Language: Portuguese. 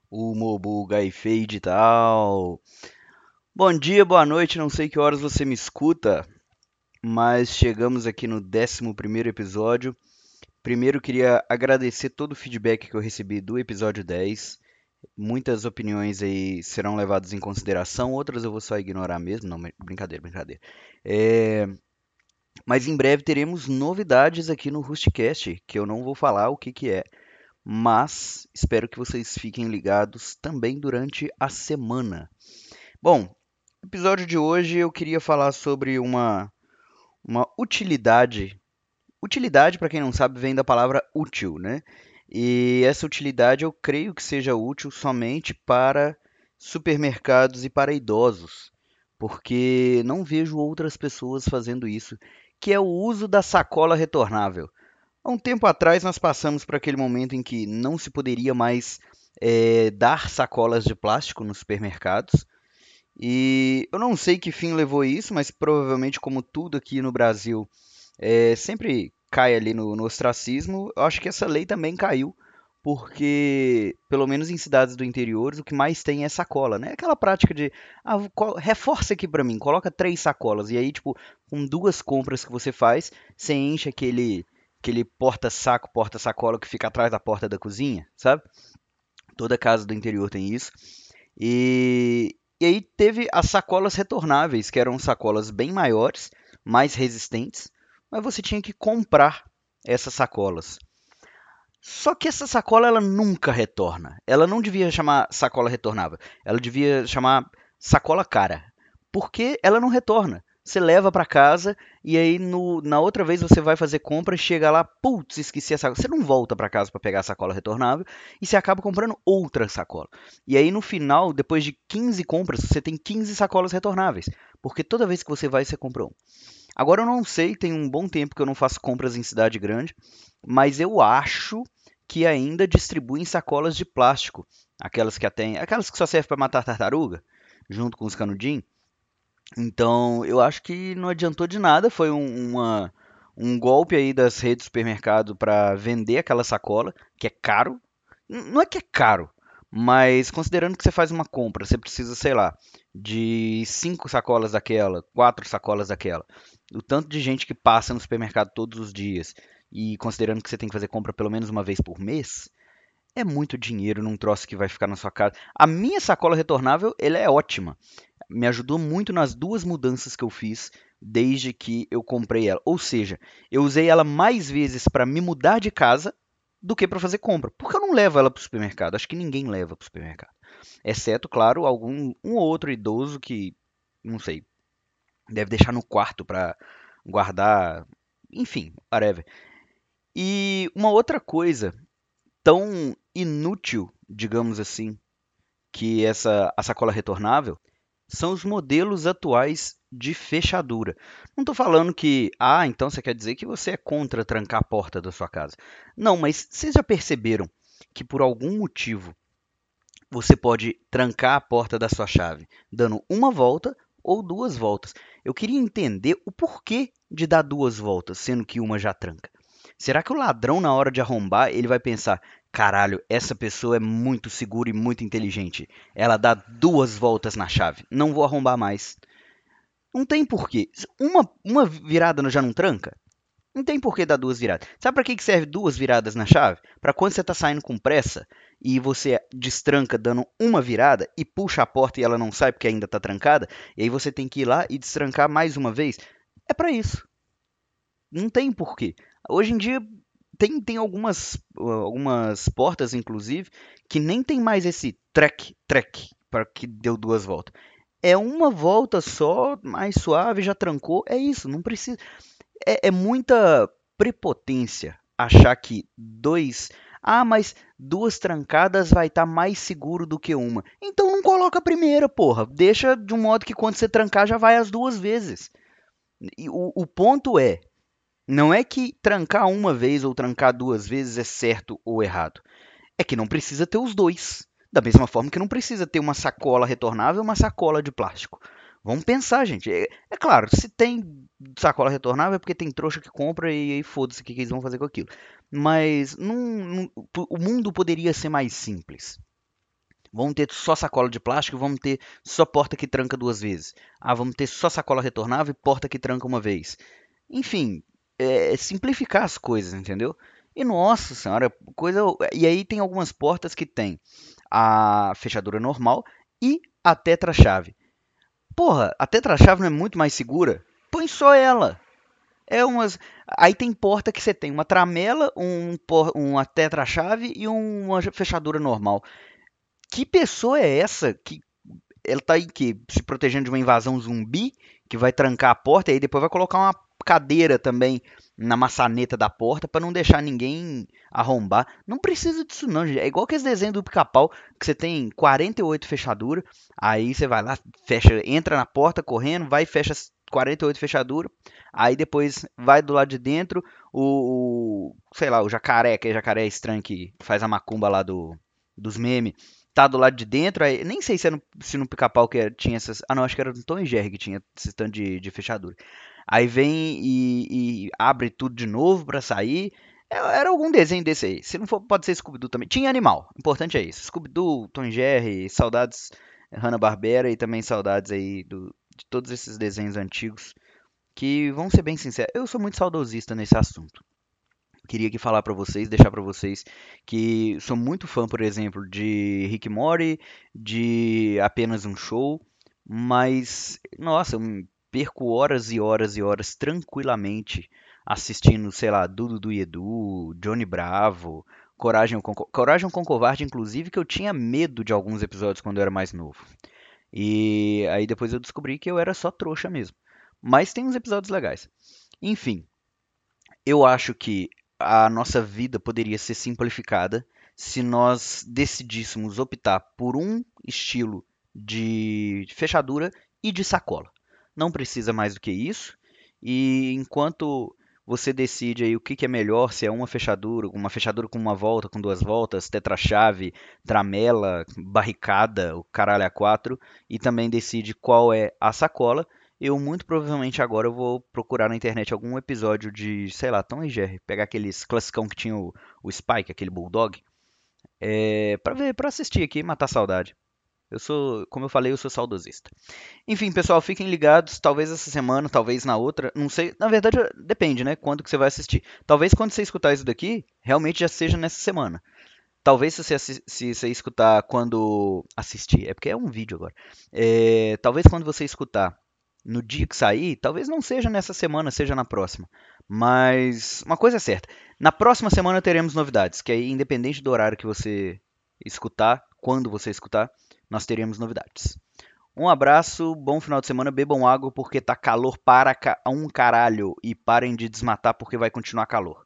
O Mobuga e Fade e tal. Bom dia, boa noite, não sei que horas você me escuta, mas chegamos aqui no 11º episódio. Primeiro queria agradecer todo o feedback que eu recebi do episódio 10. Muitas opiniões aí serão levadas em consideração, outras eu vou só ignorar mesmo. Não, brincadeira, brincadeira. É, Mas em breve teremos novidades aqui no Rustcast, que eu não vou falar o que que é, mas espero que vocês fiquem ligados também durante a semana. Bom, no episódio de hoje eu queria falar sobre uma utilidade. Utilidade, para quem não sabe, vem da palavra útil, né? E essa utilidade eu creio que seja útil somente para supermercados e para idosos, porque não vejo outras pessoas fazendo isso, que é o uso da sacola retornável. Há um tempo atrás nós passamos por aquele momento em que não se poderia mais dar sacolas de plástico nos supermercados. E eu não sei que fim levou isso, mas provavelmente, como tudo aqui no Brasil, sempre cai ali no ostracismo. Eu acho que essa lei também caiu, porque, pelo menos em cidades do interior, o que mais tem é sacola, né? Aquela prática de, reforça aqui pra mim, coloca 3 sacolas, e aí, tipo, com 2 compras que você faz, você enche aquele porta-saco, porta-sacola que fica atrás da porta da cozinha, sabe? Toda casa do interior tem isso. E aí teve as sacolas retornáveis, que eram sacolas bem maiores, mais resistentes, mas você tinha que comprar essas sacolas. Só que essa sacola ela nunca retorna. Ela não devia chamar sacola retornável. Ela devia chamar sacola cara. Porque ela não retorna. Você leva para casa e aí na outra vez você vai fazer compra e chega lá, putz, esqueci a sacola. Você não volta para casa para pegar a sacola retornável e você acaba comprando outra sacola. E aí no final, depois de 15 compras, você tem 15 sacolas retornáveis. Porque toda vez que você vai, você compra um. Agora eu não sei, tem um bom tempo que eu não faço compras em cidade grande, mas eu acho que ainda distribuem sacolas de plástico, aquelas que só servem para matar tartaruga, junto com os canudinhos. Então, eu acho que não adiantou de nada, foi um golpe aí das redes de supermercado para vender aquela sacola, que é caro. Não é que é caro, mas considerando que você faz uma compra, você precisa, sei lá, de 5 sacolas daquela, 4 sacolas daquela. O tanto de gente que passa no supermercado todos os dias e considerando que você tem que fazer compra pelo menos uma vez por mês, é muito dinheiro num troço que vai ficar na sua casa. A minha sacola retornável, ela é ótima. Me ajudou muito nas 2 mudanças que eu fiz desde que eu comprei ela. Ou seja, eu usei ela mais vezes para me mudar de casa do que para fazer compra. Porque eu não levo ela para o supermercado. Acho que ninguém leva para o supermercado. Exceto, claro, um ou outro idoso que, não sei, deve deixar no quarto para guardar. Enfim, whatever. E uma outra coisa tão inútil, digamos assim, que a sacola retornável são os modelos atuais de fechadura. Não estou falando que, então você quer dizer que você é contra trancar a porta da sua casa. Não, mas vocês já perceberam que por algum motivo você pode trancar a porta da sua chave dando uma volta ou 2 voltas? Eu queria entender o porquê de dar 2 voltas, sendo que uma já tranca. Será que o ladrão, na hora de arrombar, ele vai pensar: caralho, essa pessoa é muito segura e muito inteligente. Ela dá 2 voltas na chave. Não vou arrombar mais. Não tem porquê. Uma virada já não tranca? Não tem porquê dar 2 viradas. Sabe para que serve 2 viradas na chave? Para quando você está saindo com pressa e você destranca dando uma virada e puxa a porta e ela não sai porque ainda está trancada, e aí você tem que ir lá e destrancar mais uma vez. É para isso. Não tem porquê. Hoje em dia tem algumas portas, inclusive, que nem tem mais esse trek para que deu 2 voltas. É uma volta só, mais suave, já trancou. É isso, não precisa. É muita prepotência achar que dois. Mas 2 trancadas vai estar mais seguro do que uma. Então não coloca a primeira, porra. Deixa de um modo que quando você trancar já vai as 2 vezes. E o ponto é, não é que trancar uma vez ou trancar 2 vezes é certo ou errado. É que não precisa ter os dois. Da mesma forma que não precisa ter uma sacola retornável e uma sacola de plástico. Vamos pensar, gente. É claro, se tem sacola retornável é porque tem trouxa que compra e aí foda-se o que eles vão fazer com aquilo. Mas o mundo poderia ser mais simples. Vamos ter só sacola de plástico, vamos ter só porta que tranca duas vezes. Ah, vamos ter só sacola retornável e porta que tranca uma vez. Enfim, simplificar as coisas, entendeu? E nossa senhora, coisa. E aí tem algumas portas que tem a fechadura normal e a tetra-chave. Porra, a tetra-chave não é muito mais segura? Põe só ela. É umas. Aí tem porta que você tem uma tramela, uma tetra-chave e uma fechadura normal. Que pessoa é essa que ela tá aí que se protegendo de uma invasão zumbi que vai trancar a porta e aí depois vai colocar uma cadeira também na maçaneta da porta para não deixar ninguém arrombar. Não precisa disso não, gente. É igual aqueles desenhos do Pica-Pau que você tem 48 fechaduras, aí você vai lá, fecha, entra na porta correndo, vai e fecha as 48 fechaduras, aí depois vai do lado de dentro sei lá, o jacaré, que é jacaré estranho que faz a macumba lá dos memes, tá do lado de dentro, aí, nem sei se no Pica-Pau tinha essas. Ah, não, acho que era no Tom e Jerry que tinha esse tanto de fechadura. Aí vem e abre tudo de novo pra sair. Era algum desenho desse aí. Se não for, pode ser Scooby-Doo também. Tinha animal, o importante é isso. Scooby-Doo, Tom e Jerry, saudades Hanna-Barbera e também saudades aí de todos esses desenhos antigos. Que, vamos ser bem sinceros, eu sou muito saudosista nesse assunto. Queria aqui falar pra vocês, deixar pra vocês que sou muito fã, por exemplo, de Rick e Morty, de Apenas um Show, mas nossa, eu perco horas e horas e horas tranquilamente assistindo, sei lá, Dudu e Edu, Johnny Bravo, Coragem com Covarde, inclusive, que eu tinha medo de alguns episódios quando eu era mais novo. E aí depois eu descobri que eu era só trouxa mesmo. Mas tem uns episódios legais. Enfim, eu acho que a nossa vida poderia ser simplificada se nós decidíssemos optar por um estilo de fechadura e de sacola. Não precisa mais do que isso. E enquanto você decide aí o que é melhor, se é uma fechadura com uma volta, com duas voltas, tetra-chave, tramela, barricada, o caralho a quatro, e também decide qual é a sacola, eu muito provavelmente agora eu vou procurar na internet algum episódio de, sei lá, Tom e Jerry, pegar aqueles classicão que tinha o Spike, aquele Bulldog, pra ver, pra assistir aqui e matar a saudade. Eu sou, como eu falei, eu sou saudosista. Enfim, pessoal, fiquem ligados, talvez essa semana, talvez na outra, não sei, na verdade depende, né, quando que você vai assistir. Talvez quando você escutar isso daqui, realmente já seja nessa semana. Talvez se você escutar quando assistir, é porque é um vídeo agora. Talvez quando você escutar no dia que sair, talvez não seja nessa semana, seja na próxima. Mas uma coisa é certa, na próxima semana teremos novidades, que aí independente do horário que você escutar, quando você escutar, nós teremos novidades. Um abraço, bom final de semana, bebam água porque tá calor para um caralho e parem de desmatar porque vai continuar calor.